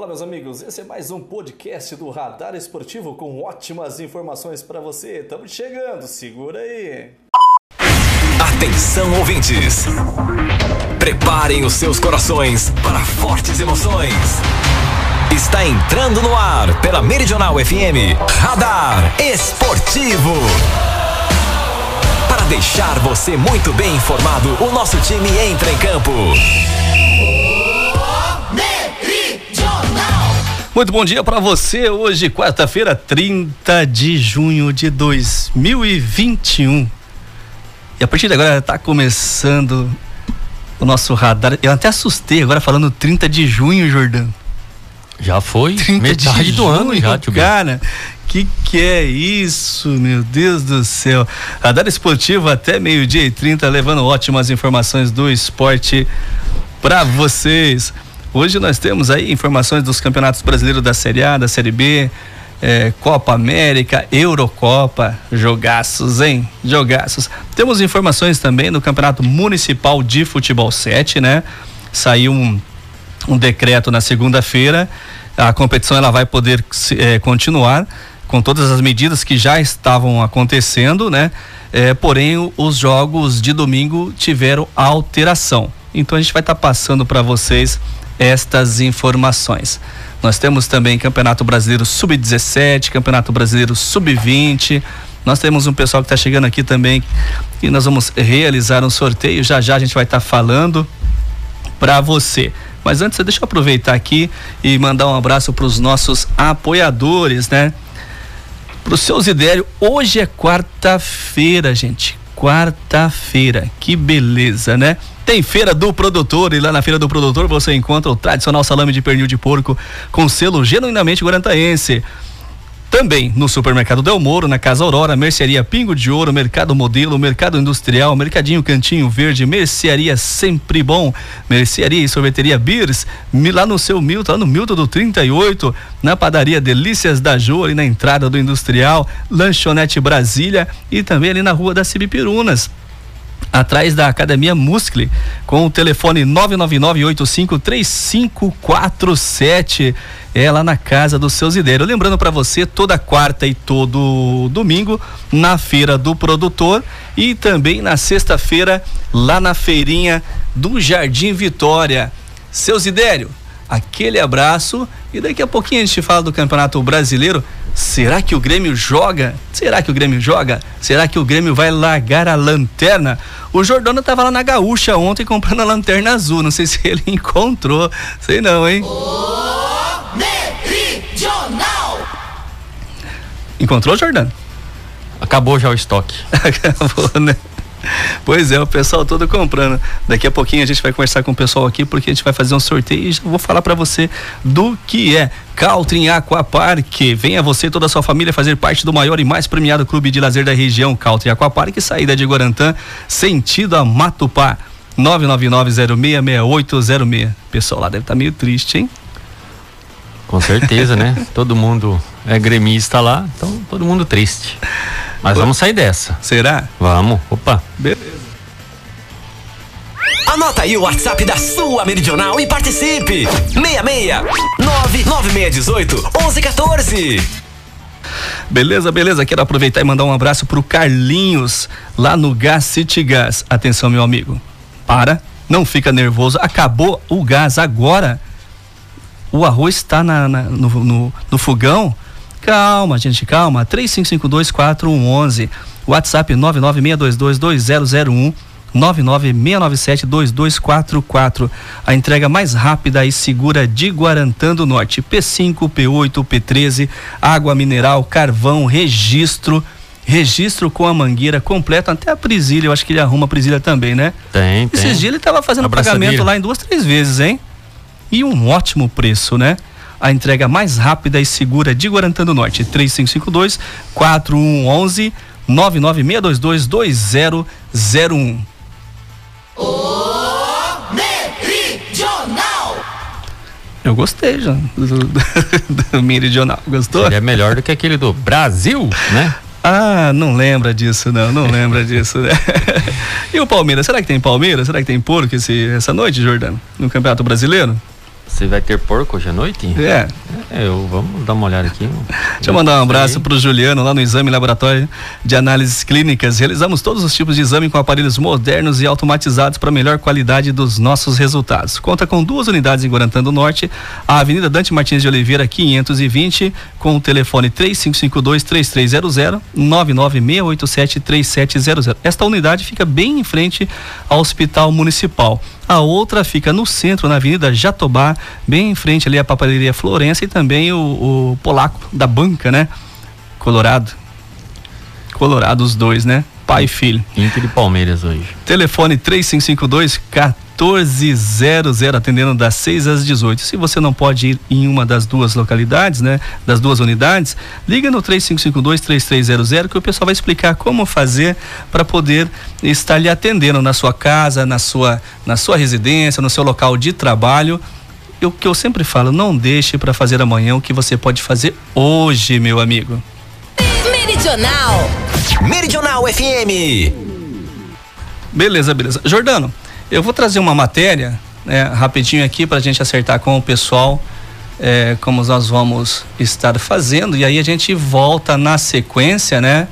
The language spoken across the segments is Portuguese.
Olá, meus amigos, esse é mais um podcast do Radar Esportivo com ótimas informações para você. Estamos chegando, segura aí. Atenção, ouvintes. Preparem os seus corações para fortes emoções. Está entrando no ar pela Meridional FM, Radar Esportivo. Para deixar você muito bem informado, o nosso time entra em campo. Muito bom dia para você, hoje quarta-feira, 30 de junho de 2021. E a partir de agora está começando o nosso radar. Eu até assustei agora falando 30 de junho, Jordano. Já foi metade do ano já, tio. Cara, que é isso, meu Deus do céu. Radar Esportivo até 12h30, levando ótimas informações do esporte para vocês. Hoje nós temos aí informações dos campeonatos brasileiros da Série A, da Série B, Copa América, Eurocopa, jogaços, hein? Jogaços. Temos informações também do Campeonato Municipal de Futebol 7, né? Saiu um decreto na segunda-feira, a competição ela vai poder continuar com todas as medidas que já estavam acontecendo, né? Porém, os jogos de domingo tiveram alteração. Então a gente vai estar passando para vocês estas informações. Nós temos também Campeonato Brasileiro Sub-17, Campeonato Brasileiro Sub-20. Nós temos um pessoal que está chegando aqui também e nós vamos realizar um sorteio. Já a gente vai estar falando para você. Mas antes, deixa eu aproveitar aqui e mandar um abraço para os nossos apoiadores, né? Para o seu Zidério, hoje é quarta-feira, gente. Quarta-feira, que beleza, né? Tem Feira do Produtor e lá na Feira do Produtor você encontra o tradicional salame de pernil de porco com selo genuinamente guarantaense. Também no Supermercado Del Moro, na Casa Aurora, Mercearia Pingo de Ouro, Mercado Modelo, Mercado Industrial, Mercadinho Cantinho Verde, Mercearia Sempre Bom, Mercearia e Sorveteria Beers, lá no seu Milton, lá no Milton do 38, na Padaria Delícias da Jô, ali na entrada do Industrial, Lanchonete Brasília e também ali na Rua das Cibipirunas, atrás da Academia Muscle, com o telefone 999853547, lá na casa do seu Zidério. Lembrando para você, toda quarta e todo domingo na Feira do Produtor e também na sexta-feira lá na feirinha do Jardim Vitória. Seu Zidério, aquele abraço e daqui a pouquinho a gente fala do Campeonato Brasileiro. Será que o Grêmio joga? Será que o Grêmio joga? Será que o Grêmio vai largar a lanterna? O Jordano estava lá na Gaúcha ontem comprando a lanterna azul. Não sei se ele encontrou. Sei não, hein? O Meridional. Encontrou, Jordano? Acabou já o estoque. Acabou, né? Pois é, o pessoal todo comprando. Daqui a pouquinho a gente vai conversar com o pessoal aqui porque a gente vai fazer um sorteio e já vou falar para você do que é Caltrim Aquapark. Venha você e toda a sua família fazer parte do maior e mais premiado clube de lazer da região, Caltrim Aquapark, saída de Guarantã, sentido a Matupá. 999066806. O pessoal lá deve estar meio triste, hein? Com certeza, né? Todo mundo é gremista lá, então todo mundo triste. Mas vamos sair dessa. Será? Vamos. Opa. Beleza. Anota aí o WhatsApp da sua Meridional e participe. 66996181114. Beleza. Quero aproveitar e mandar um abraço pro Carlinhos, lá no Gás City Gás. Atenção, meu amigo. Não fica nervoso. Acabou o gás agora. O arroz está no fogão. Calma, gente, calma. 35524111. WhatsApp 996222001. 996972244. A entrega mais rápida e segura de Guarantã do Norte. P5, P8, P13, água mineral, carvão, registro com a mangueira completa, até a presilha. Eu acho que ele arruma a presilha também, né? Tem. Esses dias ele estava fazendo pagamento lá em 2-3 vezes, hein? E um ótimo preço, né? A entrega mais rápida e segura de Guarantã do Norte. 3552-4111, 996222001. O Meridional. Eu gostei já do Meridional. Gostou? Ele é melhor do que aquele do Brasil, né? Não lembra disso, não lembra disso, né? E o Palmeiras, será que tem Palmeiras? Será que tem porco essa noite, Jordano? No Campeonato Brasileiro? Você vai ter porco hoje à noite? Vamos dar uma olhada aqui. Deixa eu mandar um abraço pro Juliano lá no Exame Laboratório de Análises Clínicas. Realizamos todos os tipos de exame com aparelhos modernos e automatizados para melhor qualidade dos nossos resultados. Conta com 2 unidades em Guarantã do Norte, a Avenida Dante Martins de Oliveira 520, com o telefone 3552-3300, 99687-3700. Esta unidade fica bem em frente ao Hospital Municipal. A outra fica no centro, na Avenida Jatobá, bem em frente ali a Papelaria Florença, e também o Polaco da Banca, né? Colorado, os dois, né? Pai e filho. Inter e Palmeiras hoje. Telefone 3552-1400, atendendo das 6 às 18. Se você não pode ir em uma das 2 localidades, né? Das 2 unidades, liga no 3552-3300, que o pessoal vai explicar como fazer para poder estar lhe atendendo na sua casa, na sua residência, no seu local de trabalho. O que eu sempre falo, não deixe para fazer amanhã o que você pode fazer hoje, meu amigo. Meridional FM. Beleza. Jordano, eu vou trazer uma matéria, né, rapidinho aqui pra gente acertar com o pessoal, como nós vamos estar fazendo, e aí a gente volta na sequência, né?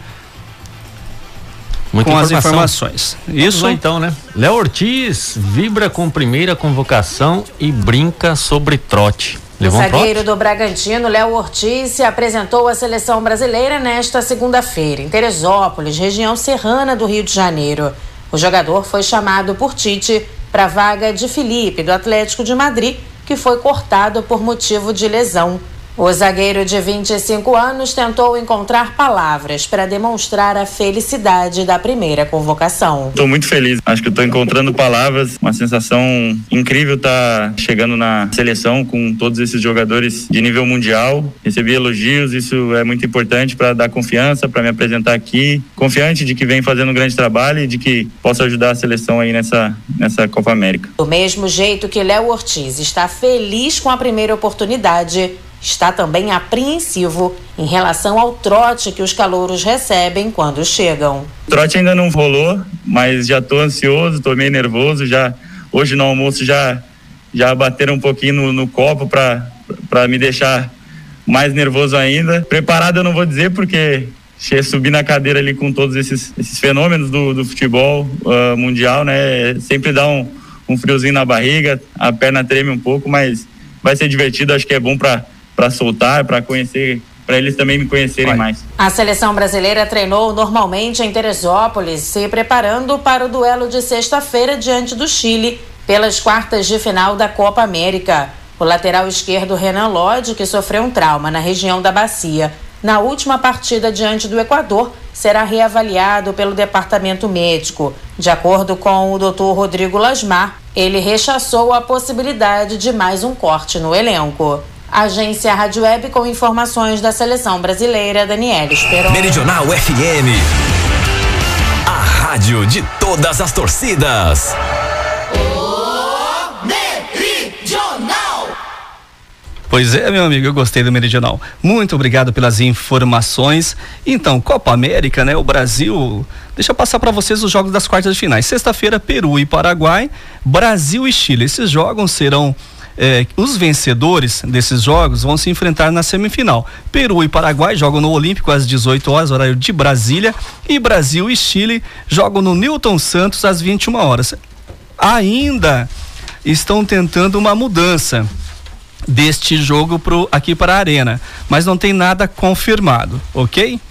Muita com as informações. Isso então, né? Léo Ortiz vibra com primeira convocação e brinca sobre trote. O zagueiro do Bragantino, Léo Ortiz, se apresentou à seleção brasileira nesta segunda-feira, em Teresópolis, região serrana do Rio de Janeiro. O jogador foi chamado por Tite para a vaga de Felipe, do Atlético de Madrid, que foi cortado por motivo de lesão. O zagueiro de 25 anos tentou encontrar palavras para demonstrar a felicidade da primeira convocação. Estou muito feliz, acho que estou encontrando palavras, uma sensação incrível estar chegando na seleção com todos esses jogadores de nível mundial. Recebi elogios, isso é muito importante para dar confiança, para me apresentar aqui, confiante de que vem fazendo um grande trabalho e de que posso ajudar a seleção aí nessa Copa América. Do mesmo jeito que Léo Ortiz está feliz com a primeira oportunidade, está também apreensivo em relação ao trote que os calouros recebem quando chegam. O trote ainda não rolou, mas já estou ansioso, estou meio nervoso. Hoje no almoço já bateram um pouquinho no copo para me deixar mais nervoso ainda. Preparado eu não vou dizer, porque subir na cadeira ali com todos esses fenômenos do futebol mundial, né? Sempre dá um friozinho na barriga, a perna treme um pouco, mas vai ser divertido. Acho que é bom para soltar, para conhecer, para eles também me conhecerem mais. A seleção brasileira treinou normalmente em Teresópolis, se preparando para o duelo de sexta-feira diante do Chile, pelas quartas de final da Copa América. O lateral esquerdo Renan Lodge, que sofreu um trauma na região da bacia na última partida diante do Equador, será reavaliado pelo departamento médico. De acordo com o Dr. Rodrigo Lasmar, ele rechaçou a possibilidade de mais um corte no elenco. Agência Rádio Web com informações da seleção brasileira, Daniela Esperon. Meridional FM, a rádio de todas as torcidas. Meridional. Pois é, meu amigo, eu gostei do Meridional. Muito obrigado pelas informações. Então, Copa América, né? O Brasil... Deixa eu passar para vocês os jogos das quartas de finais. Sexta-feira, Peru e Paraguai, Brasil e Chile. Esses jogos serão... os vencedores desses jogos vão se enfrentar na semifinal. Peru e Paraguai jogam no Olímpico às 18 horas, horário de Brasília, e Brasil e Chile jogam no Newton Santos às 21 horas. Ainda estão tentando uma mudança deste jogo aqui para a Arena, mas não tem nada confirmado, ok?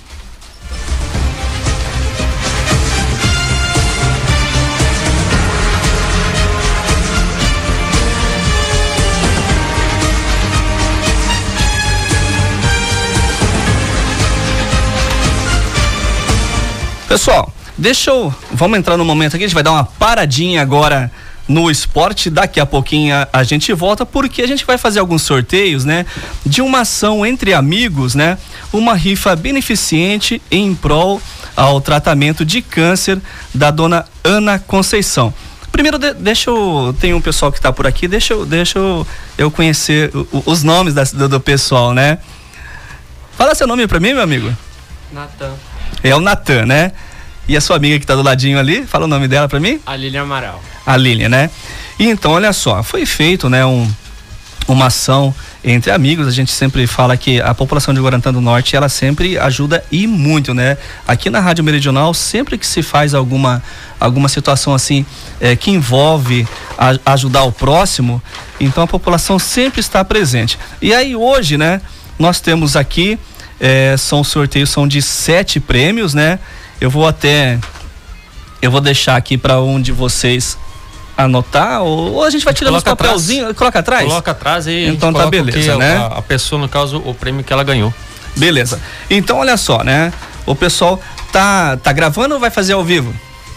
Pessoal, vamos entrar no momento aqui, a gente vai dar uma paradinha agora no esporte, daqui a pouquinho a gente volta, porque a gente vai fazer alguns sorteios, né? De uma ação entre amigos, né? Uma rifa beneficente em prol ao tratamento de câncer da dona Ana Conceição. Primeiro, tem um pessoal que está por aqui, deixa eu conhecer os nomes do pessoal, né? Fala seu nome para mim, meu amigo. Natan. É o Natan, né? E a sua amiga que tá do ladinho ali, fala o nome dela pra mim? A Lilian Amaral. A Lilian, né? E então, olha só, foi feito, né, uma ação entre amigos. A gente sempre fala que a população de Guarantã do Norte, ela sempre ajuda e muito, né? Aqui na Rádio Meridional, sempre que se faz alguma situação assim, que envolve ajudar o próximo, então a população sempre está presente. E aí hoje, né, nós temos aqui, sorteios são de 7 prêmios, né? Eu vou deixar aqui para um de vocês anotar, ou a gente vai tirando os papelzinhos, coloca atrás? Coloca atrás e então tá, beleza, né? A pessoa, no caso, o prêmio que ela ganhou. Beleza. Então olha só, né? O pessoal tá gravando ou vai fazer ao vivo?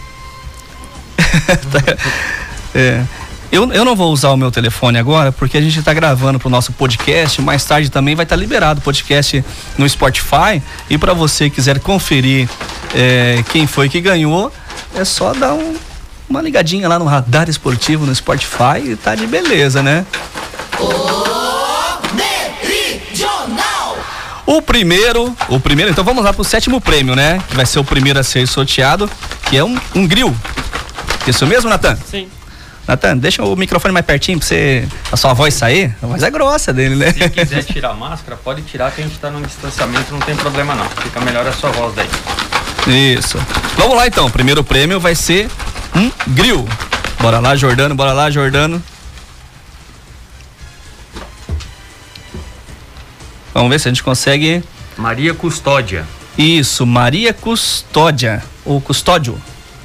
Eu não vou usar o meu telefone agora, porque a gente está gravando pro nosso podcast. Mais tarde também vai estar liberado o podcast no Spotify. E para você que quiser conferir quem foi que ganhou, é só dar uma ligadinha lá no Radar Esportivo no Spotify e tá de beleza, né? O primeiro, então vamos lá pro 7º prêmio, né? Que vai ser o primeiro a ser sorteado, que é um grill. Isso mesmo, Natan? Sim. Natan, deixa o microfone mais pertinho pra a sua voz sair. A voz é grossa dele, né? Se quiser tirar a máscara, pode tirar, que a gente tá num distanciamento, não tem problema não. Fica melhor a sua voz daí. Isso. Vamos lá então, o primeiro prêmio vai ser um grill. Bora lá, Jordano. Vamos ver se a gente consegue. Maria Custódia. Isso, Maria Custódia. Ou Custódio.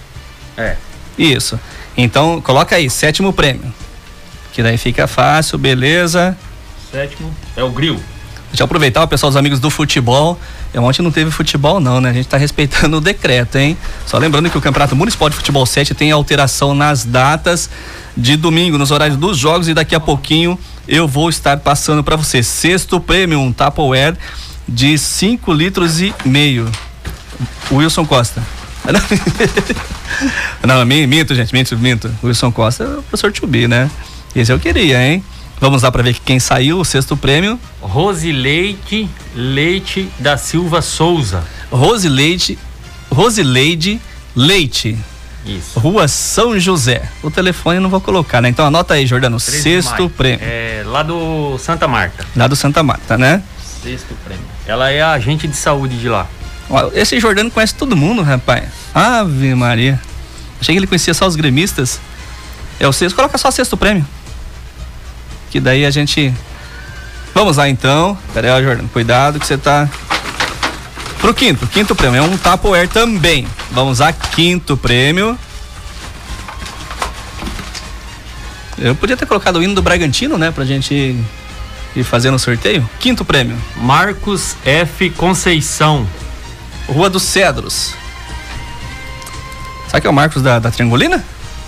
Isso. Então, coloca aí, 7º prêmio. Que daí fica fácil, beleza. 7º é o grill. Deixa eu aproveitar, o pessoal, os amigos do futebol. Ontem não teve futebol não, né? A gente tá respeitando o decreto, hein? Só lembrando que o Campeonato Municipal de Futebol 7 tem alteração nas datas de domingo, nos horários dos jogos, e daqui a pouquinho eu vou estar passando para você. 6º prêmio, um Tupperware de 5,5 litros. Wilson Costa. Não, minto, gente, minto. Wilson Costa é o professor Tchubi, né? Esse eu queria, hein? Vamos lá para ver quem saiu, o 6º prêmio. Rosileide Leite da Silva Souza. Rosileide Leite. Isso. Rua São José. O telefone eu não vou colocar, né? Então anota aí, Jordano, 6º prêmio. Lá do Santa Marta. Lá do Santa Marta, né? 6º prêmio. Ela é a agente de saúde de lá. Ó, esse Jordano conhece todo mundo, rapaz. Ave Maria. Achei que ele conhecia só os gremistas. É o 6º, coloca só o 6º prêmio. Que daí a gente... Vamos lá então. Pera aí, Jordano, cuidado que você tá... Pro 5º prêmio, é um Tupperware também. Vamos lá, 5º prêmio. Eu podia ter colocado o hino do Bragantino, né? Pra gente ir fazendo o sorteio. 5º prêmio. Marcos F. Conceição. Rua dos Cedros. Sabe que é o Marcos da Triangulina?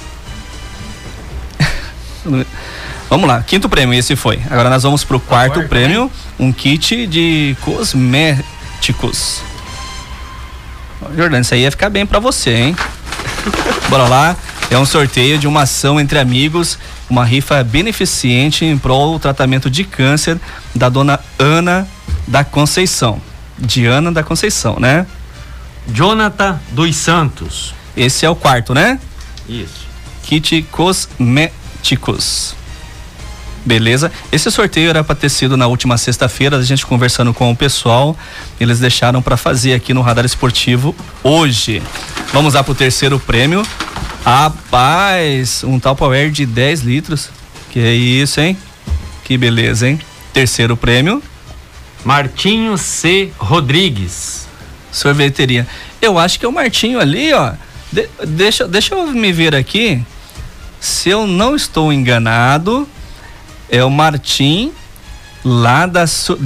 Vamos lá, 5º prêmio, esse foi. Agora nós vamos pro 4º prêmio, um kit de cosméticos. Jordano, isso aí ia ficar bem pra você, hein? Bora lá, é um sorteio de uma ação entre amigos, uma rifa beneficente em prol do tratamento de câncer da dona Ana da Conceição. Diana da Conceição, né? Jonathan dos Santos. Esse é o 4º, né? Isso. Kit cosméticos. Beleza? Esse sorteio era para ter sido na última sexta-feira, a gente conversando com o pessoal, eles deixaram para fazer aqui no Radar Esportivo hoje. Vamos lá pro 3º prêmio. Rapaz, um Tupperware de 10 litros. Que é isso, hein? Que beleza, hein? 3º prêmio. Martinho C. Rodrigues. Sorveteria. Eu acho que é o Martinho ali, ó. Deixa eu me ver aqui. Se eu não estou enganado, é o Martim lá da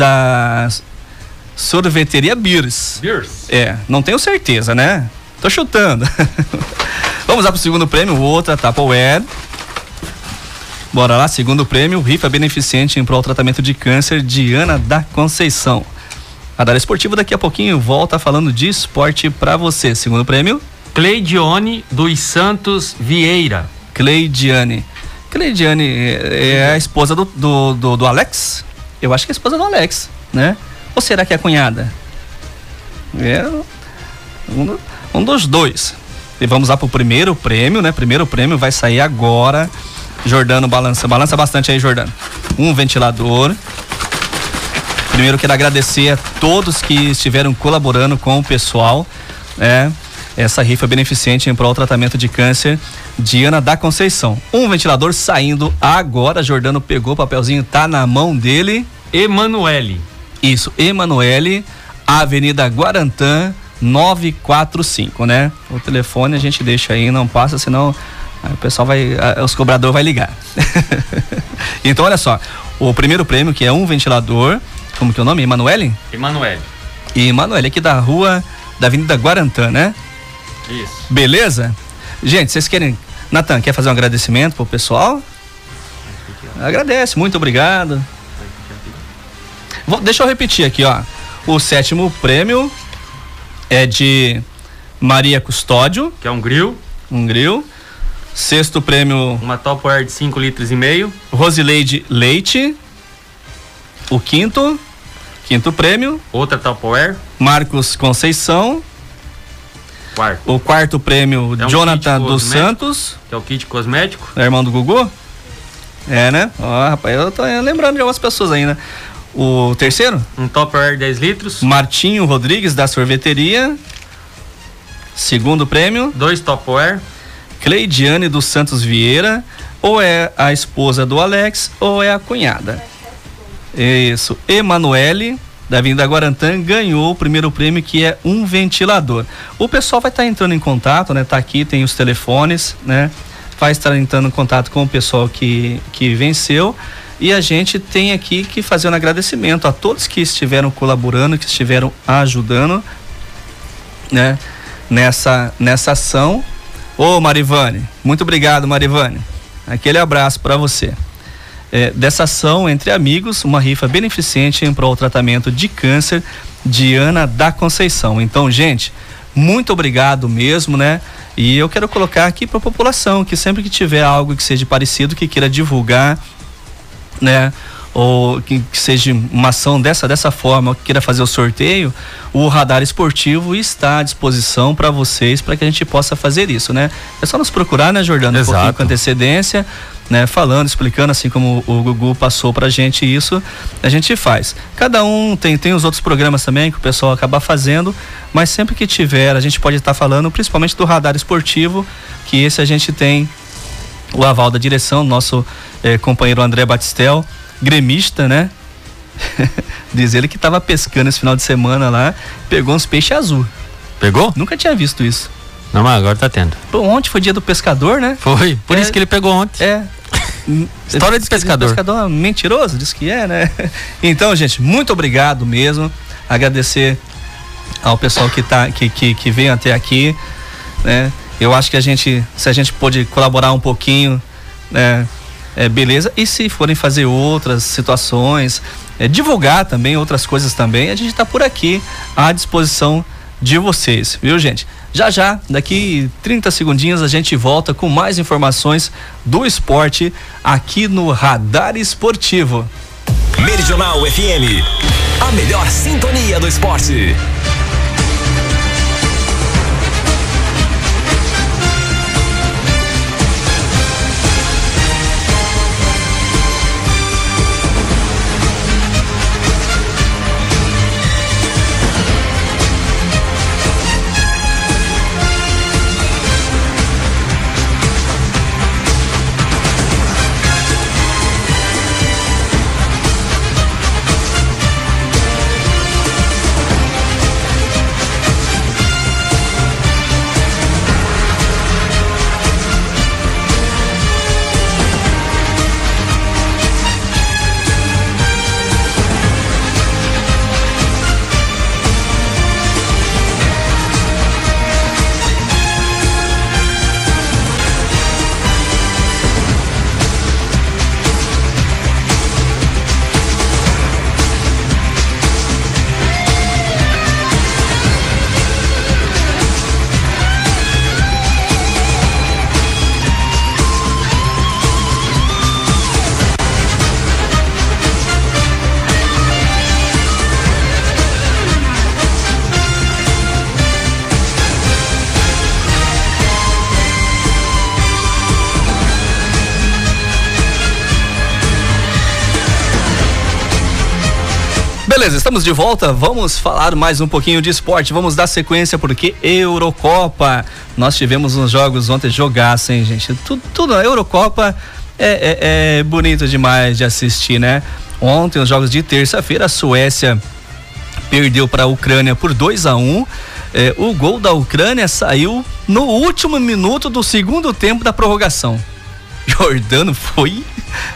sorveteria Beers. Não tenho certeza, né? Tô chutando. Vamos lá pro 2º prêmio, outra Tupperware. Bora lá, 2º prêmio, rifa beneficente em prol do tratamento de câncer, Diana da Conceição. Radar Esportivo daqui a pouquinho volta falando de esporte pra você. 2º prêmio. Cleidiane dos Santos Vieira. Cleidiane é a esposa do Alex? Eu acho que é a esposa do Alex, né? Ou será que é a cunhada? É um dos dois. E vamos lá pro 1º prêmio, né? 1º prêmio vai sair agora. Jordano balança bastante aí, Jordano. um ventilador. Primeiro quero agradecer a todos que estiveram colaborando com o pessoal, né? Essa rifa beneficente em prol do tratamento de câncer de Ana da Conceição. Um ventilador saindo agora. Jordano pegou o papelzinho, tá na mão dele. Emanuele. Isso, Emanuele, Avenida Guarantã 945, né? O telefone a gente deixa aí, não passa, senão o pessoal os cobradores vai ligar. Então olha só, o primeiro prêmio, que é um ventilador, como que é o nome? Emanuele? Emanuele, aqui da rua da Avenida Guarantã, né? Isso. Beleza? Gente, vocês querem... Natan, quer fazer um agradecimento pro pessoal? Agradece, muito obrigado. Deixa eu repetir aqui, ó. O 7º prêmio é de Maria Custódio, que é um grill. 6º prêmio, uma Tupperware de 5,5 litros. Rosileide Leite. O quinto prêmio, outra Tupperware, Marcos Conceição. O quarto prêmio, Jonathan dos Santos, que é o kit cosmético. É irmão do Gugu? É, né? Ó, rapaz, eu tô lembrando de algumas pessoas ainda. O terceiro? Um Tupperware 10 litros. Martinho Rodrigues, da sorveteria. 2º prêmio, 2 Tupperware. Cleidiane dos Santos Vieira. Ou é a esposa do Alex, ou é a cunhada. Isso. Emanuele, da Avenida Guarantã, ganhou o primeiro prêmio, que é um ventilador. O pessoal vai estar entrando em contato, né? Tá aqui, tem os telefones, né? Vai estar entrando em contato com o pessoal que venceu. E a gente tem aqui que fazer um agradecimento a todos que estiveram colaborando, que estiveram ajudando, né? Nessa ação. Ô Marivane, muito obrigado, Marivane. Aquele abraço para você. Dessa ação entre amigos, uma rifa beneficente em prol do tratamento de câncer de Ana da Conceição. Então, gente, muito obrigado mesmo, né? E eu quero colocar aqui para a população que sempre que tiver algo que seja parecido, que queira divulgar, né? Ou que seja uma ação dessa forma, ou que queira fazer o sorteio, o Radar Esportivo está à disposição para vocês, para que a gente possa fazer isso, né? É só nos procurar, né, Jordano? Exato. Um pouquinho com antecedência, né? Falando, explicando, assim como o Gugu passou pra gente isso, a gente faz. Cada um tem os outros programas também que o pessoal acaba fazendo, mas sempre que tiver, a gente pode estar falando, principalmente do Radar Esportivo, que esse a gente tem o aval da direção, nosso companheiro André Batistel, gremista, né? Diz ele que estava pescando esse final de semana lá, pegou uns peixes azul. Pegou? Nunca tinha visto isso. Não, mas agora tá tendo. Pô, ontem foi dia do pescador, né? Foi, por isso que ele pegou ontem. História de pescador. Pescador mentiroso, diz que é, né? Então, gente, muito obrigado mesmo. Agradecer ao pessoal que veio até aqui, né? Eu acho que se a gente pôde colaborar um pouquinho, né? Beleza, e se forem fazer outras situações, divulgar também outras coisas também, a gente está por aqui à disposição de vocês, viu, gente? Já, daqui 30 segundinhos a gente volta com mais informações do esporte aqui no Radar Esportivo. Meridional FM, a melhor sintonia do esporte. Beleza, estamos de volta, vamos falar mais um pouquinho de esporte, vamos dar sequência porque Eurocopa, nós tivemos uns jogos ontem, jogaço, hein, gente, tudo, a Eurocopa é bonito demais de assistir, né? Ontem, os jogos de terça-feira, a Suécia perdeu para a Ucrânia por 2-1, o gol da Ucrânia saiu no último minuto do segundo tempo da prorrogação. Jordano foi,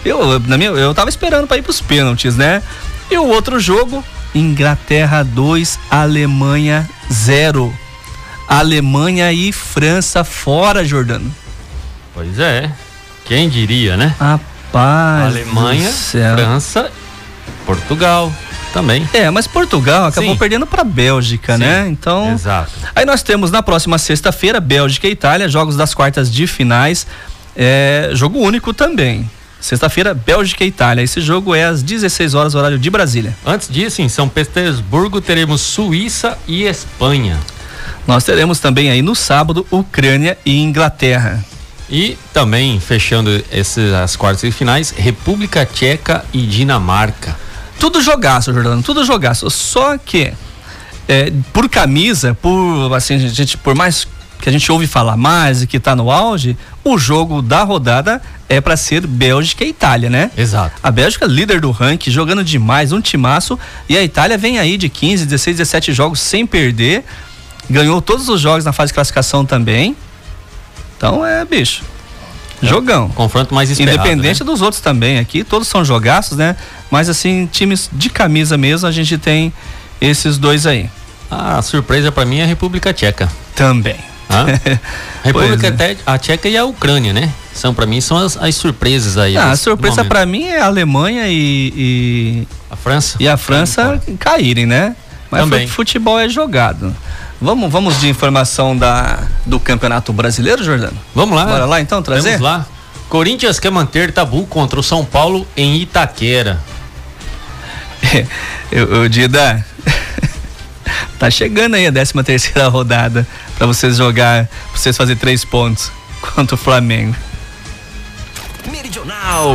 eu tava esperando para ir pros pênaltis, né? E o outro jogo, Inglaterra 2, Alemanha 0. Alemanha e França fora, Jordano. Pois é, quem diria, né? Rapaz, Alemanha, França, Portugal também. Mas Portugal acabou perdendo para Bélgica, né? Então, exato. Aí nós temos na próxima sexta-feira, Bélgica e Itália, jogos das quartas de finais, jogo único também. Sexta-feira, Bélgica e Itália. Esse jogo é às 16 horas, horário de Brasília. Antes disso, em São Petersburgo, teremos Suíça e Espanha. Nós teremos também aí no sábado, Ucrânia e Inglaterra. E também, fechando as quartas de finais, República Tcheca e Dinamarca. Tudo jogaço, Jordano, tudo jogaço. Só que, por camisa, por mais que a gente ouve falar mais e que tá no auge, o jogo da rodada é para ser Bélgica e Itália, né? Exato. A Bélgica, líder do ranking, jogando demais, um timaço, e a Itália vem aí de 15, 16, 17 jogos sem perder, ganhou todos os jogos na fase de classificação também. Então bicho, jogão. Confronto mais esperado, independente, né? Dos outros também aqui, todos são jogaços, né? Mas assim, times de camisa mesmo, a gente tem esses dois aí. A surpresa para mim é a República Tcheca. Também. República Tcheca e a Ucrânia, né? Para mim são as surpresas aí. A surpresa para mim é a Alemanha e a França. E a França caírem, né? Mas também. Futebol é jogado. Vamos de informação do Campeonato Brasileiro, Jordano? Vamos lá. Bora lá então trazer? Vamos lá. Corinthians quer manter tabu contra o São Paulo em Itaquera. Dida, tá chegando aí a 13ª rodada para vocês fazer 3 pontos contra o Flamengo. Meridional.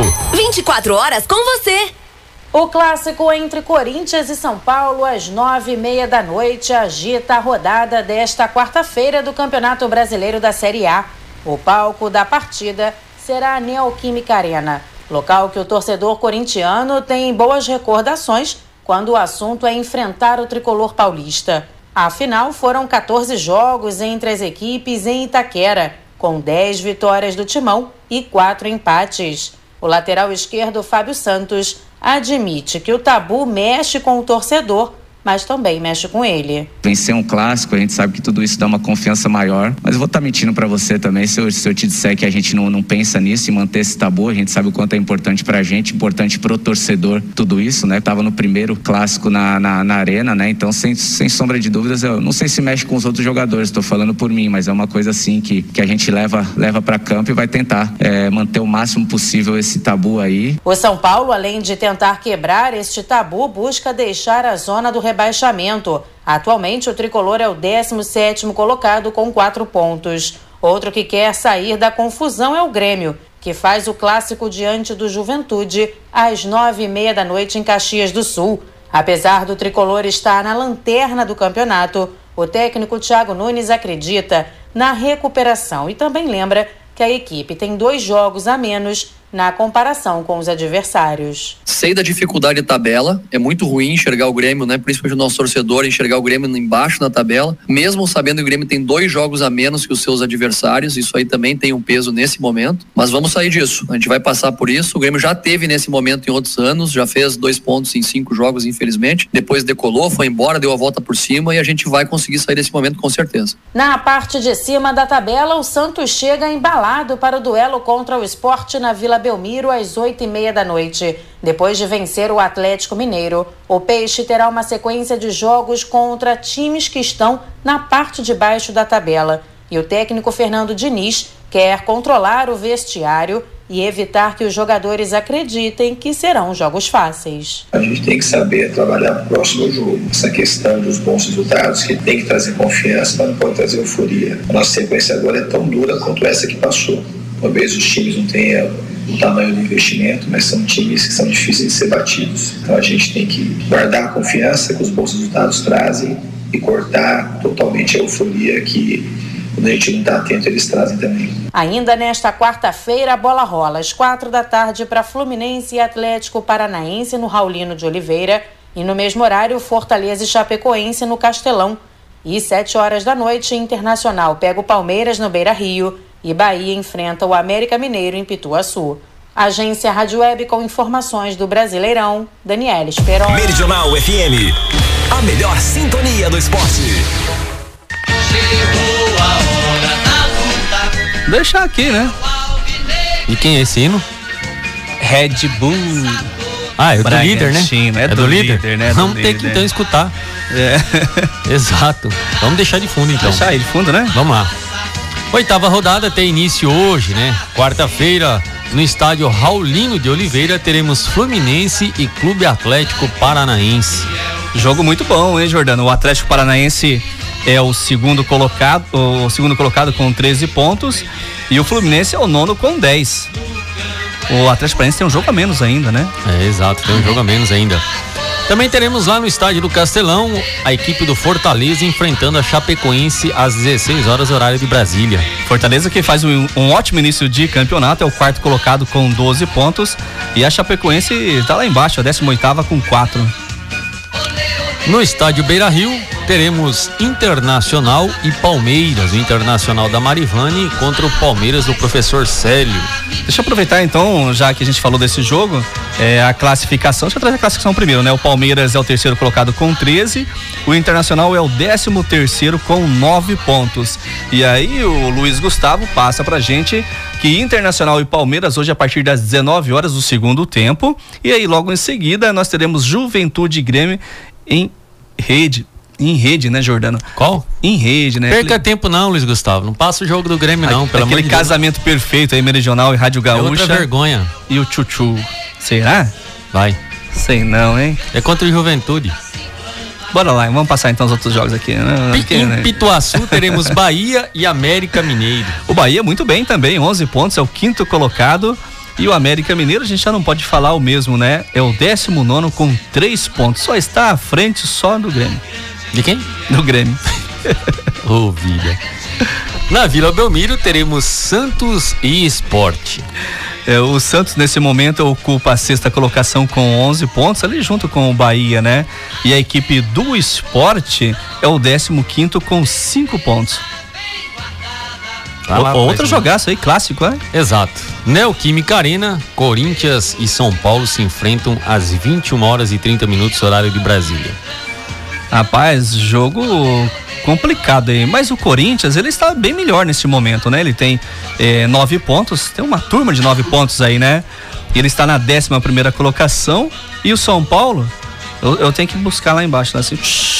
24 horas com você. O clássico entre Corinthians e São Paulo às 9:30 da noite agita a rodada desta quarta-feira do Campeonato Brasileiro da Série A. O palco da partida será a Neoquímica Arena, local que o torcedor corintiano tem boas recordações quando o assunto é enfrentar o tricolor paulista. Afinal, foram 14 jogos entre as equipes em Itaquera, com 10 vitórias do Timão e 4 empates. O lateral esquerdo, Fábio Santos, admite que o tabu mexe com o torcedor, mas também mexe com ele. Vencer um clássico, a gente sabe que tudo isso dá uma confiança maior, mas eu vou estar mentindo para você também se eu te disser que a gente não pensa nisso e manter esse tabu. A gente sabe o quanto é importante pra gente, importante pro torcedor, tudo isso, né? Tava no primeiro clássico na arena, né? Então, sem sombra de dúvidas, eu não sei se mexe com os outros jogadores, tô falando por mim, mas é uma coisa assim que a gente leva pra campo e vai tentar manter o máximo possível esse tabu aí. O São Paulo, além de tentar quebrar este tabu, busca deixar a zona do rebaixamento. Atualmente, o tricolor é o 17º colocado com 4 pontos. Outro que quer sair da confusão é o Grêmio, que faz o clássico diante do Juventude às 9:30 da noite em Caxias do Sul. Apesar do tricolor estar na lanterna do campeonato, o técnico Thiago Nunes acredita na recuperação e também lembra que a equipe tem 2 jogos a menos na comparação com os adversários. Sei da dificuldade de tabela, é muito ruim enxergar o Grêmio, né? Principalmente o nosso torcedor, enxergar o Grêmio embaixo na tabela, mesmo sabendo que o Grêmio tem 2 jogos a menos que os seus adversários, isso aí também tem um peso nesse momento, mas vamos sair disso, a gente vai passar por isso. O Grêmio já teve nesse momento em outros anos, já fez 2 pontos em 5 jogos, infelizmente, depois decolou, foi embora, deu a volta por cima e a gente vai conseguir sair desse momento com certeza. Na parte de cima da tabela, o Santos chega embalado para o duelo contra o Sport na Vila Belmiro às 8:30 da noite. Depois de vencer o Atlético Mineiro, o Peixe terá uma sequência de jogos contra times que estão na parte de baixo da tabela. E o técnico Fernando Diniz quer controlar o vestiário e evitar que os jogadores acreditem que serão jogos fáceis. A gente tem que saber trabalhar no próximo jogo. Essa questão dos bons resultados, que tem que trazer confiança, mas não pode trazer euforia. A nossa sequência agora é tão dura quanto essa que passou. Talvez os times não tenham o tamanho do investimento, mas são times que são difíceis de ser batidos. Então a gente tem que guardar a confiança que os bons resultados trazem e cortar totalmente a euforia que, quando a gente não está atento, eles trazem também. Ainda nesta quarta-feira, a bola rola às 4h para Fluminense e Atlético Paranaense no Raulino de Oliveira, e no mesmo horário, Fortaleza e Chapecoense no Castelão. E 7h, Internacional pega o Palmeiras no Beira-Rio e Bahia enfrenta o América Mineiro em Pituaçu. Agência Rádio Web com informações do Brasileirão, Daniela Esperon. Meridional FM, a melhor sintonia do esporte. Deixar aqui, né? E quem é esse hino? Red Bull. Ah, é do líder, né? É do líder, né? Vamos ter que então escutar. Exato. Vamos deixar de fundo então. Deixar aí de fundo, né? Vamos lá. 8ª rodada tem início hoje, né? Quarta-feira, no estádio Raulino de Oliveira, teremos Fluminense e Clube Atlético Paranaense. Jogo muito bom, hein, Jordano? O Atlético Paranaense é o segundo colocado com 13 pontos e o Fluminense é o 9º com 10. O Atlético Paranaense tem um jogo a menos ainda, né? Exato, tem um jogo a menos ainda. Também teremos lá no estádio do Castelão a equipe do Fortaleza enfrentando a Chapecoense às 16h, horário de Brasília. Fortaleza que faz um ótimo início de campeonato, é o 4º colocado com 12 pontos e a Chapecoense está lá embaixo, a 18ª com 4. No estádio Beira-Rio, teremos Internacional e Palmeiras, o Internacional da Marivane contra o Palmeiras do professor Célio. Deixa eu aproveitar então, já que a gente falou desse jogo, a classificação, deixa eu trazer a classificação primeiro, né? O Palmeiras é o 3º colocado com 13, o Internacional é o 13º com 9 pontos. E aí o Luiz Gustavo passa pra gente que Internacional e Palmeiras hoje a partir das 19h do segundo tempo, e aí logo em seguida nós teremos Juventude e Grêmio em rede, né, Jordano? Qual? Em rede, né? Perca tempo não, Luiz Gustavo. Não passa o jogo do Grêmio não, pelo amor de Deus. Aquele casamento perfeito aí, Meridional e Rádio Gaúcha. É outra vergonha. E o Chuchu. Será? Vai. Sei não, hein? É contra o Juventude. Bora lá, vamos passar então os outros jogos aqui. Em Pituaçu teremos Bahia e América Mineiro. O Bahia muito bem também, 11 pontos, é o 5º colocado. E o América Mineiro, a gente já não pode falar o mesmo, né? É o 19º com 3 pontos. Só está à frente só do Grêmio. De quem? Do Grêmio. Ô, vida. Na Vila Belmiro teremos Santos e Sport. O Santos nesse momento ocupa a 6ª colocação com 11 pontos, ali junto com o Bahia, né? E a equipe do Sport é o 15º com 5 pontos. Outro jogaço aí, clássico, né? Exato. Neoquímica Arena, Corinthians e São Paulo se enfrentam às 21h30, horário de Brasília. Rapaz, jogo complicado aí, mas o Corinthians, ele está bem melhor nesse momento, né? Ele tem 9 pontos, tem uma turma de 9 pontos aí, né? Ele está na 11ª colocação e o São Paulo, eu tenho que buscar lá embaixo, assim,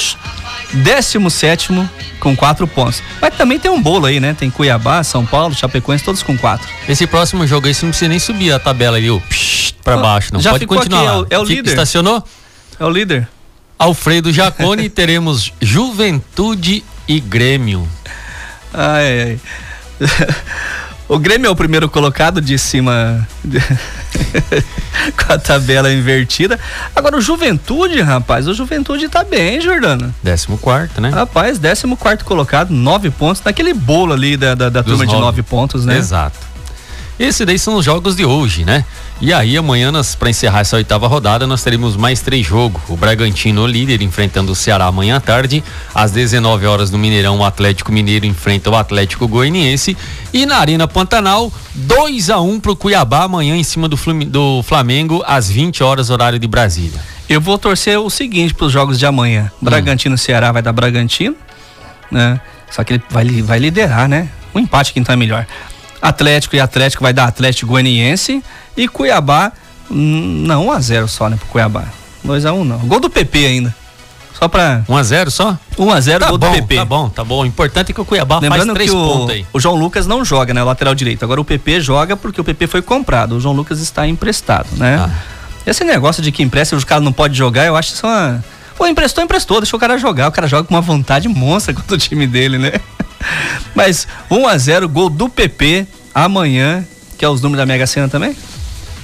17º com 4 pontos. Mas também tem um bolo aí, né? Tem Cuiabá, São Paulo, Chapecoense, todos com 4. Esse próximo jogo aí você não precisa nem subir a tabela ali, pra baixo, não. Já pode continuar aqui, é o líder. Estacionou? É o líder. Alfredo Jaconi, teremos Juventude e Grêmio. Ai. O Grêmio é o primeiro colocado de cima com a tabela invertida. Agora o Juventude, rapaz, o Juventude tá bem, Jordano. 14º, né? Rapaz, 14º colocado, 9 pontos, naquele bolo ali da turma de 9 pontos, né? Exato. Esses daí são os jogos de hoje, né? E aí amanhã, para encerrar essa 8ª rodada, nós teremos mais 3 jogos. O Bragantino, líder, enfrentando o Ceará amanhã à tarde. Às 19h no Mineirão, o Atlético Mineiro enfrenta o Atlético Goianiense. E na Arena Pantanal, 2-1 pro Cuiabá amanhã em cima do Flamengo, às 20h, horário de Brasília. Eu vou torcer o seguinte pros jogos de amanhã. Bragantino, Ceará vai dar Bragantino, né? Só que ele vai liderar, né? Um empate quem tá é melhor. Atlético vai dar Atlético Goianiense e Cuiabá, não, 1-0 só, né, pro Cuiabá. 2-1 não. Gol do PP ainda. Só pra... 1-0 só? 1-0, tá gol do PP. Tá bom. O importante é que o Cuiabá lembrando faz 3 pontos aí. O João Lucas não joga, né, o lateral direito. Agora o PP joga porque o PP foi comprado. O João Lucas está emprestado, né? Esse negócio de que empresta e os caras não podem jogar, eu acho isso uma... Pô, emprestou, deixa o cara jogar. O cara joga com uma vontade monstra contra o time dele, né? Mas 1-0, gol do PP amanhã, que é os números da Mega Sena também?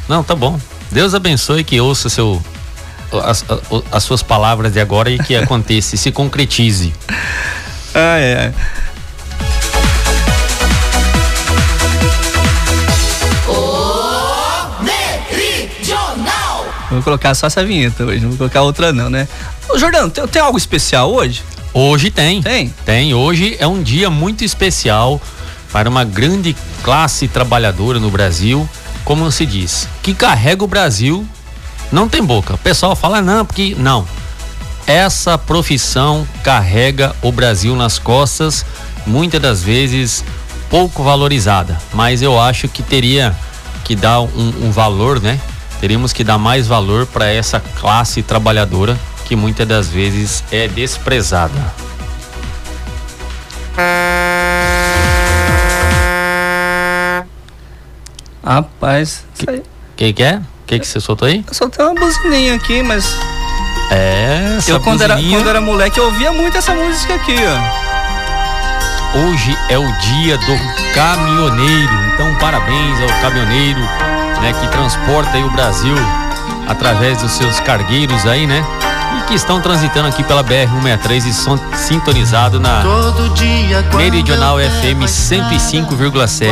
Não, tá bom. Deus abençoe, que ouça as suas palavras de agora e que aconteça, se concretize. Vou colocar só essa vinheta hoje, não vou colocar outra não, né? Ô, Jordano, tem algo especial hoje? Hoje tem. Tem. Hoje é um dia muito especial para uma grande classe trabalhadora no Brasil, como se diz, que carrega o Brasil, não tem boca. O pessoal fala não, porque não. Essa profissão carrega o Brasil nas costas, muitas das vezes pouco valorizada, mas eu acho que teria que dar um valor, né? Teríamos que dar mais valor para essa classe trabalhadora que muitas das vezes é desprezada. Rapaz, isso aí. Que é? O que você soltou aí? Eu soltei uma buzininha aqui, mas... Quando era moleque, eu ouvia muito essa música aqui, ó. Hoje é o dia do caminhoneiro, então parabéns ao caminhoneiro, né, que transporta aí o Brasil através dos seus cargueiros aí, né? E que estão transitando aqui pela BR-163 e são sintonizados na Meridional FM 105,7.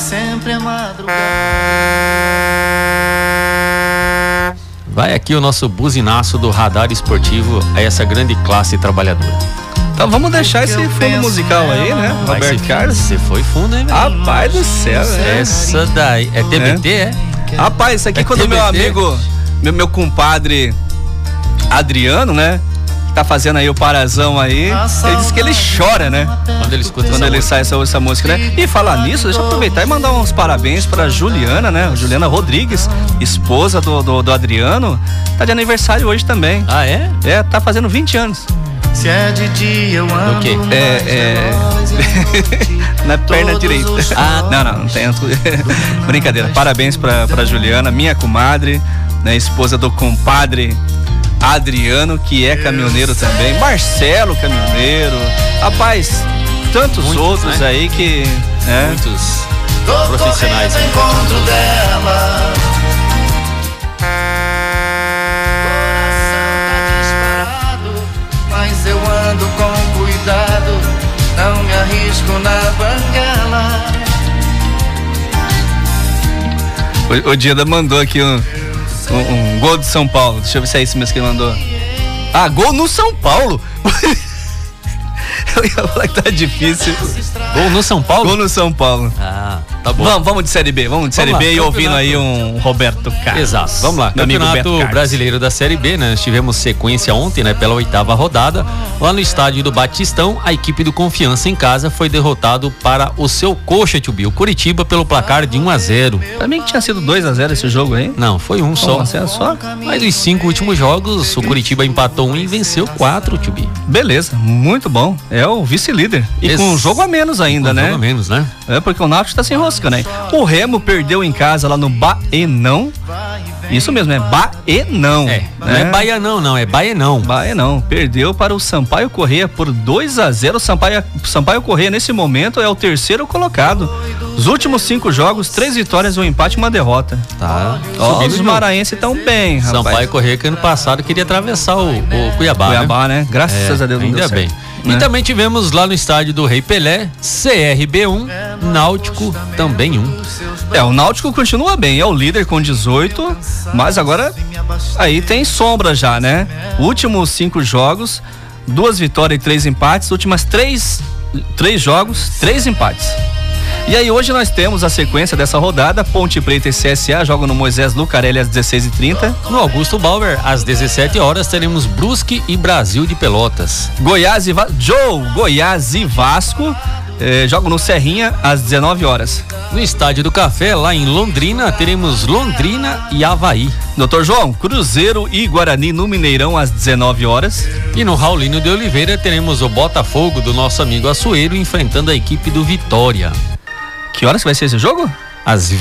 Vai aqui o nosso buzinaço do radar esportivo a essa grande classe trabalhadora. Então vamos deixar esse fundo musical aí, né? Roberto Carlos. Você foi fundo, hein, velho? Rapaz do céu, né? Essa daí é TBT, é? Rapaz, isso aqui quando meu amigo, meu compadre Adriano, né? Tá fazendo aí o parazão aí, ele disse que ele chora, né? Quando ele escuta sai essa música, né? E falar nisso, deixa eu aproveitar e mandar uns parabéns pra Juliana, né? Juliana Rodrigues, esposa do Adriano, tá de aniversário hoje também. Ah, é? É, tá fazendo 20 anos. Se é de dia eu amo. O quê? Na perna direita. Não tem. Brincadeira. Parabéns pra Juliana, minha comadre, né? Esposa do compadre Adriano, que é caminhoneiro também. Marcelo, caminhoneiro. Rapaz, tantos muitos, outros, né? Aí que. Muitos profissionais. Encontro dela. Eu ando com cuidado, não me arrisco na banguela. O Diada mandou aqui um gol de São Paulo. Deixa eu ver se é isso mesmo que ele mandou. Ah, gol no São Paulo? Eu ia falar que tá difícil. Gol no São Paulo? Gol no São Paulo. Ah, tá bom. Vamos de Série B, e ouvindo aí um Roberto Carlos. Exato, vamos lá. Campeonato Brasileiro da Série B, né? Nós tivemos sequência ontem, né? Pela 8ª rodada. Lá no estádio do Batistão, a equipe do Confiança em casa foi derrotado para o seu coxa, tio Bill, Curitiba, pelo placar de 1-0. Pra mim que tinha sido 2-0 esse jogo aí. Não, foi um só. Só? Mas os 5 últimos jogos, o Curitiba empatou 1 e venceu 4, tio Bill. Beleza, muito bom. É o vice-líder. E com um jogo a menos ainda, né? Um jogo a menos, né? É porque o Náutico tá sem rosca, né? O Remo perdeu em casa lá no Baenão. Isso mesmo, é Baenão. Não é Baianão, não, é Baenão. Baenão. Perdeu para o Sampaio Corrêa por 2-0. Sampaio Corrêa, nesse momento, é o terceiro colocado. Os últimos 5 jogos, 3 vitórias, um empate e uma derrota. Tá. Os maranhenses estão bem, rapaz. Sampaio Corrêa, que ano passado queria atravessar o Cuiabá. Cuiabá, né? Graças a Deus não deu certo. Ainda bem. E também tivemos lá no estádio do Rei Pelé, CRB 1, Náutico também 1. O Náutico continua bem, é o líder com 18, mas agora aí tem sombra já, né? Últimos 5 jogos, 2 vitórias e 3 empates, últimas 3 jogos, 3 empates. E aí hoje nós temos a sequência dessa rodada. Ponte Preta e CSA jogam no Moisés Lucarelli às 16h30. No Augusto Bauer, às 17 horas, teremos Brusque e Brasil de Pelotas. Goiás e Vasco jogam no Serrinha às 19 horas. No Estádio do Café, lá em Londrina, teremos Londrina e Avaí. Dr. João, Cruzeiro e Guarani no Mineirão às 19 horas. E no Raulino de Oliveira teremos o Botafogo do nosso amigo Açoeiro enfrentando a equipe do Vitória. Que horas vai ser esse jogo? Às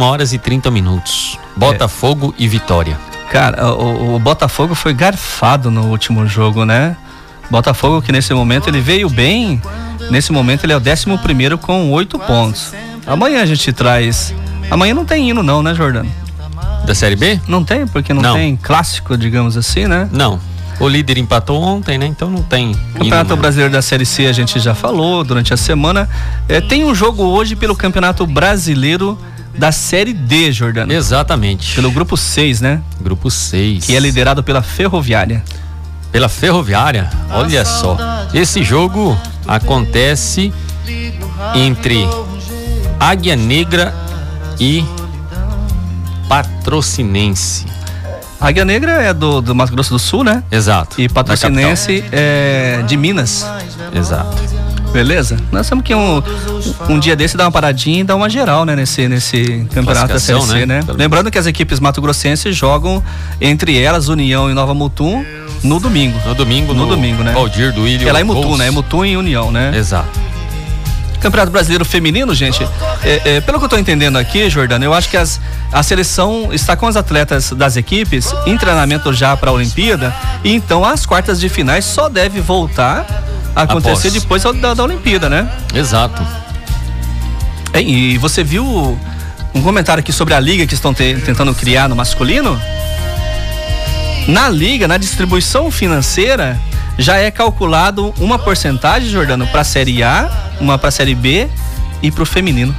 21h30. Botafogo e Vitória. Cara, o Botafogo foi garfado no último jogo, né? Botafogo que nesse momento ele veio bem. Nesse momento ele é o 11º com 8 pontos. Amanhã a gente traz. Amanhã não tem hino não, né, Jordano? Da Série B? Não tem, porque não tem clássico, digamos assim, né? Não. O líder empatou ontem, né? Então não tem. Campeonato Brasileiro da Série C a gente já falou durante a semana. Tem um jogo hoje pelo Campeonato Brasileiro da Série D, Jordano. Exatamente. Pelo grupo 6, né? Grupo 6. Que é liderado pela Ferroviária. Pela Ferroviária? Olha só. Esse jogo acontece entre Águia Negra e Patrocinense. Águia Negra é do Mato Grosso do Sul, né? Exato. E Patrocinense é de Minas. Exato. Beleza? Nós temos que um dia desse dar uma paradinha e dar uma geral, né? Nesse campeonato da Série C, né? Lembrando que as equipes mato-grossenses jogam entre elas, União e Nova Mutum, no domingo. No domingo, né? Valdir do Ilho. É lá em Mutum, né? É Mutum e União, né? Exato. Campeonato Brasileiro Feminino, gente, pelo que eu tô entendendo aqui, Jordano, eu acho que a seleção está com os atletas das equipes em treinamento já para a Olimpíada, e então as quartas de finais só deve voltar a acontecer depois da Olimpíada, né? Exato. E você viu um comentário aqui sobre a liga que estão tentando criar no masculino? Na liga, na distribuição financeira, já é calculado uma porcentagem, Jordano, para a Série A, uma para a Série B e para o feminino.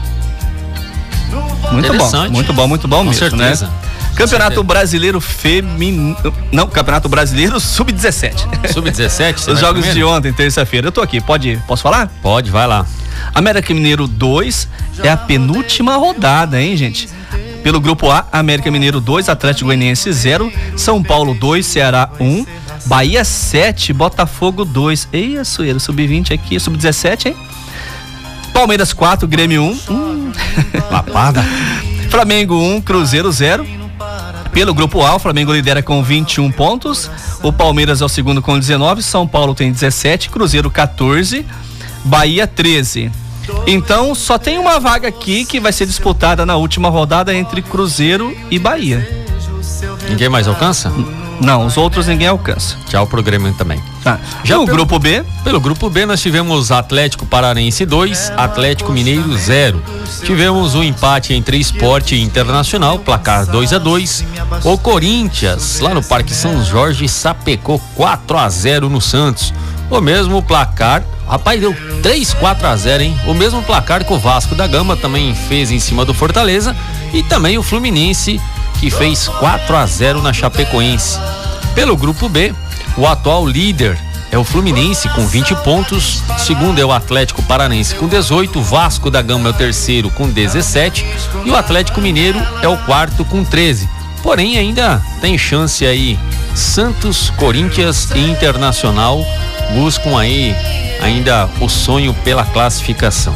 Muito bom mesmo, certeza. Né? Campeonato Brasileiro Feminino. Não, Campeonato Brasileiro Sub-17. Sub-17? Os jogos de ontem, terça-feira. Eu tô aqui, posso falar? Pode, vai lá. América Mineiro 2 é a penúltima rodada, hein, gente? Pelo grupo A, América Mineiro 2, Atlético Goianiense 0, São Paulo 2, Ceará 1, Bahia 7, Botafogo 2. Ei, Açoeiro, sub-20 aqui, sub-17, hein? Palmeiras 4, Grêmio 1. Lapada. Flamengo 1, Cruzeiro 0. Pelo grupo A, o Flamengo lidera com 21 pontos. O Palmeiras é o segundo com 19. São Paulo tem 17, Cruzeiro 14, Bahia 13. Então, só tem uma vaga aqui que vai ser disputada na última rodada entre Cruzeiro e Bahia. Ninguém mais alcança? Não, os outros ninguém alcança. Tchau pro Grêmio também. Já o grupo B? Pelo grupo B nós tivemos Atlético Paranaense 2, Atlético Mineiro 0. Tivemos um empate entre Sport e Internacional, placar 2-2. O Corinthians, lá no Parque São Jorge, sapecou 4-0 no Santos. O mesmo placar, rapaz, deu 3-4-0, hein? O mesmo placar que o Vasco da Gama também fez em cima do Fortaleza, e também o Fluminense, que fez 4-0 na Chapecoense. Pelo grupo B, o atual líder é o Fluminense com 20 pontos, segundo é o Atlético Paranaense com 18, o Vasco da Gama é o terceiro com 17 e o Atlético Mineiro é o quarto com 13. Porém, ainda tem chance aí, Santos, Corinthians e Internacional buscam aí ainda o sonho pela classificação.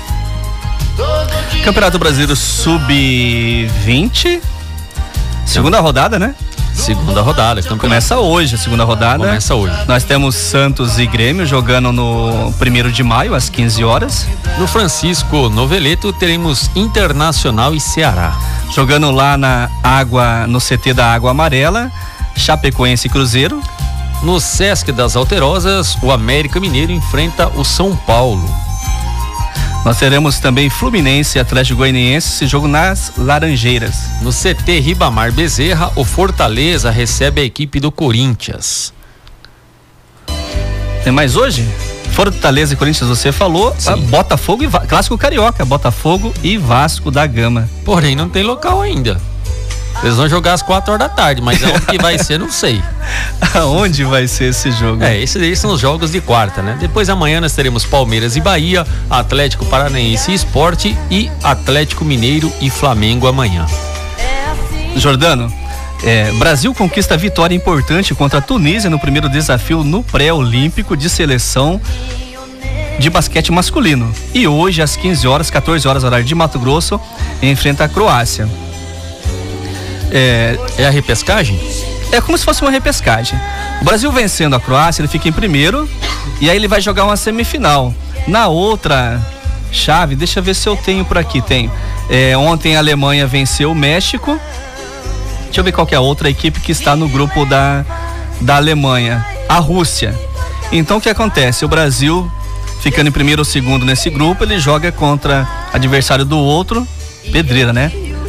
Campeonato Brasileiro Sub-20, segunda rodada, né? Segunda rodada. Começa hoje a segunda rodada. Começa hoje. Nós temos Santos e Grêmio jogando no 1º de maio, às 15 horas. No Francisco Noveleto teremos Internacional e Ceará. Jogando lá no CT da Água Amarela, Chapecoense e Cruzeiro. No Sesc das Alterosas, o América Mineiro enfrenta o São Paulo. Nós teremos também Fluminense e Atlético Goianiense, esse jogo nas Laranjeiras. No CT Ribamar Bezerra, o Fortaleza recebe a equipe do Corinthians. Tem mais hoje? Fortaleza e Corinthians, você falou. Botafogo e Clássico Carioca, Botafogo e Vasco da Gama. Porém, não tem local ainda. Eles vão jogar às 4 horas da tarde, mas aonde que vai ser, não sei. Aonde vai ser esse jogo? Esses aí são os jogos de quarta, né? Depois amanhã nós teremos Palmeiras e Bahia, Atlético Paranaense e Sport e Atlético Mineiro e Flamengo amanhã. Jordano, Brasil conquista vitória importante contra a Tunísia no primeiro desafio no pré-olímpico de seleção de basquete masculino. E hoje às 15 horas, 14 horas horário de Mato Grosso, enfrenta a Croácia. É a repescagem? É como se fosse uma repescagem. O Brasil vencendo a Croácia, ele fica em primeiro e aí ele vai jogar uma semifinal. Na outra chave, deixa eu ver se eu tenho por aqui, ontem a Alemanha venceu o México. Deixa eu ver qual que é a outra equipe que está no grupo da Alemanha. A Rússia. Então o que acontece? O Brasil, ficando em primeiro ou segundo nesse grupo, ele joga contra adversário do outro, pedreira, né?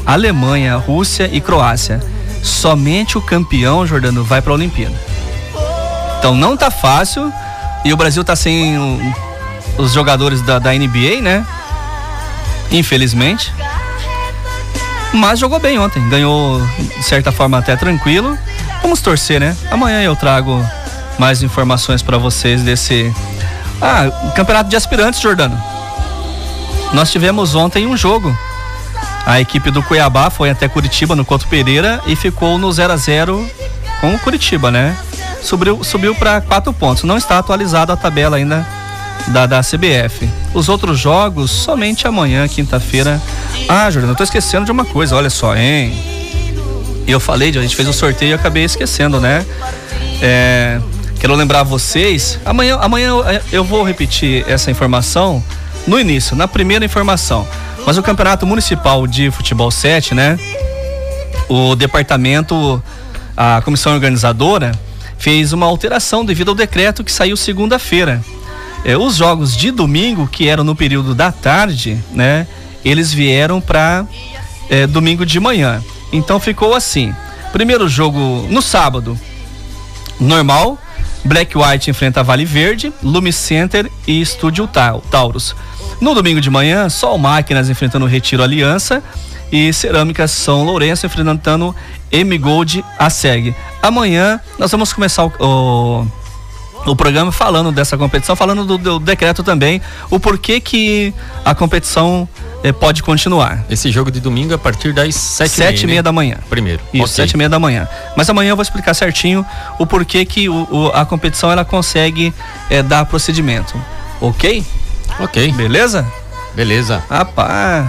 Alemanha, Rússia e Croácia. Somente o campeão, Jordano, vai para a Olimpíada. Então não tá fácil, e o Brasil tá sem os jogadores da NBA, né? Infelizmente. Mas jogou bem ontem, ganhou de certa forma até tranquilo. Vamos torcer, né? Amanhã eu trago mais informações para vocês desse campeonato de aspirantes, Jordano. Nós tivemos ontem um jogo. A equipe do Cuiabá foi até Curitiba no Couto Pereira e ficou no 0-0 com o Curitiba, né? Subiu para 4 pontos. Não está atualizada a tabela ainda da CBF. Os outros jogos somente amanhã, quinta-feira. Jordano, eu tô esquecendo de uma coisa, olha só, hein? Eu falei, a gente fez o sorteio e acabei esquecendo, né? Quero lembrar vocês, amanhã eu vou repetir essa informação no início, na primeira informação. Mas o Campeonato Municipal de Futebol 7, né? O departamento, a comissão organizadora, fez uma alteração devido ao decreto que saiu segunda-feira. Os jogos de domingo, que eram no período da tarde, né? Eles vieram para domingo de manhã. Então ficou assim: primeiro jogo no sábado, normal, Black White enfrenta Vale Verde, Lume Center e Estúdio Taurus. No domingo de manhã, Sol Máquinas enfrentando Retiro Aliança e Cerâmica São Lourenço enfrentando M-Gold ASEG. Amanhã nós vamos começar o programa falando dessa competição, falando do decreto também, o porquê que a competição pode continuar. Esse jogo de domingo é a partir das 7h30 da manhã. Primeiro. Isso, 7h30 da manhã. Mas amanhã eu vou explicar certinho o porquê que a competição ela consegue dar procedimento. Ok? Ok. Beleza? Beleza. Rapaz.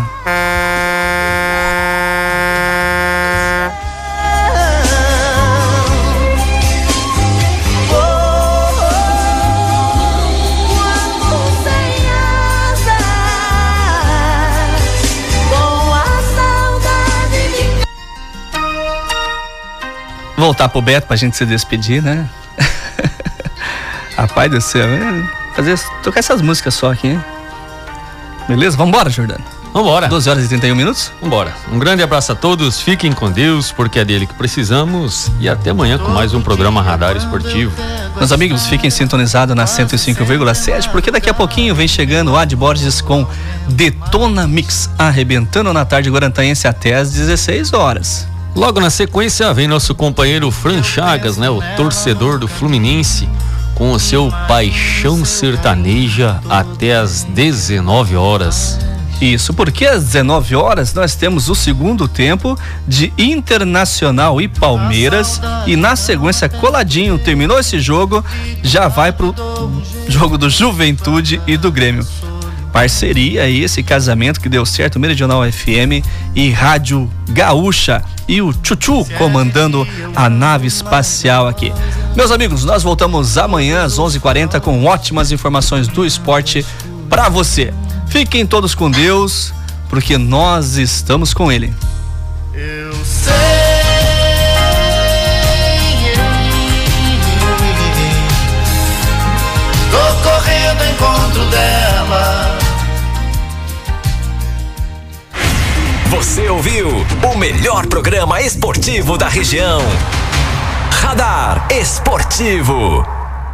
Voltar pro Beto pra gente se despedir, né? Rapaz do céu, tocar essas músicas só aqui, hein? Beleza? Vambora, Jordano? Vambora. 12h31. Vambora. Um grande abraço a todos, fiquem com Deus, porque é dele que precisamos, e até amanhã com mais um programa Radar Esportivo. Meus amigos, fiquem sintonizados na 105,7, porque daqui a pouquinho vem chegando o Ad Borges com Detona Mix, arrebentando na tarde guarantaense até às 16 horas. Logo na sequência vem nosso companheiro Fran Chagas, né? O torcedor do Fluminense, com o seu Paixão Sertaneja até às 19 horas. Isso, porque às 19 horas nós temos o segundo tempo de Internacional e Palmeiras, e na sequência, coladinho, terminou esse jogo, já vai pro jogo do Juventude e do Grêmio. Parceria aí, esse casamento que deu certo, Meridional FM e Rádio Gaúcha, e o Chuchu comandando a nave espacial aqui. Meus amigos, nós voltamos amanhã às 11h40 com ótimas informações do esporte pra você. Fiquem todos com Deus, porque nós estamos com Ele. Eu sei, tô correndo ao encontro dela. Você ouviu o melhor programa esportivo da região. Radar Esportivo.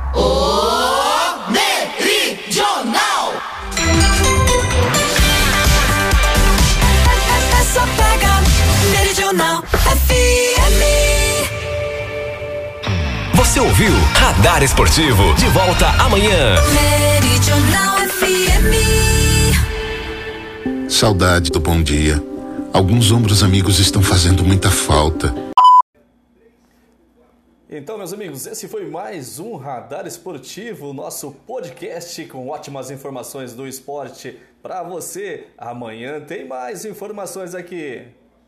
Meridional. Essa pega Meridional FM. Você ouviu Radar Esportivo. De volta amanhã. Meridional FM. Saudade do bom dia. Alguns ombros amigos estão fazendo muita falta. Então, meus amigos, esse foi mais um Radar Esportivo, nosso podcast com ótimas informações do esporte para você. Amanhã tem mais informações aqui.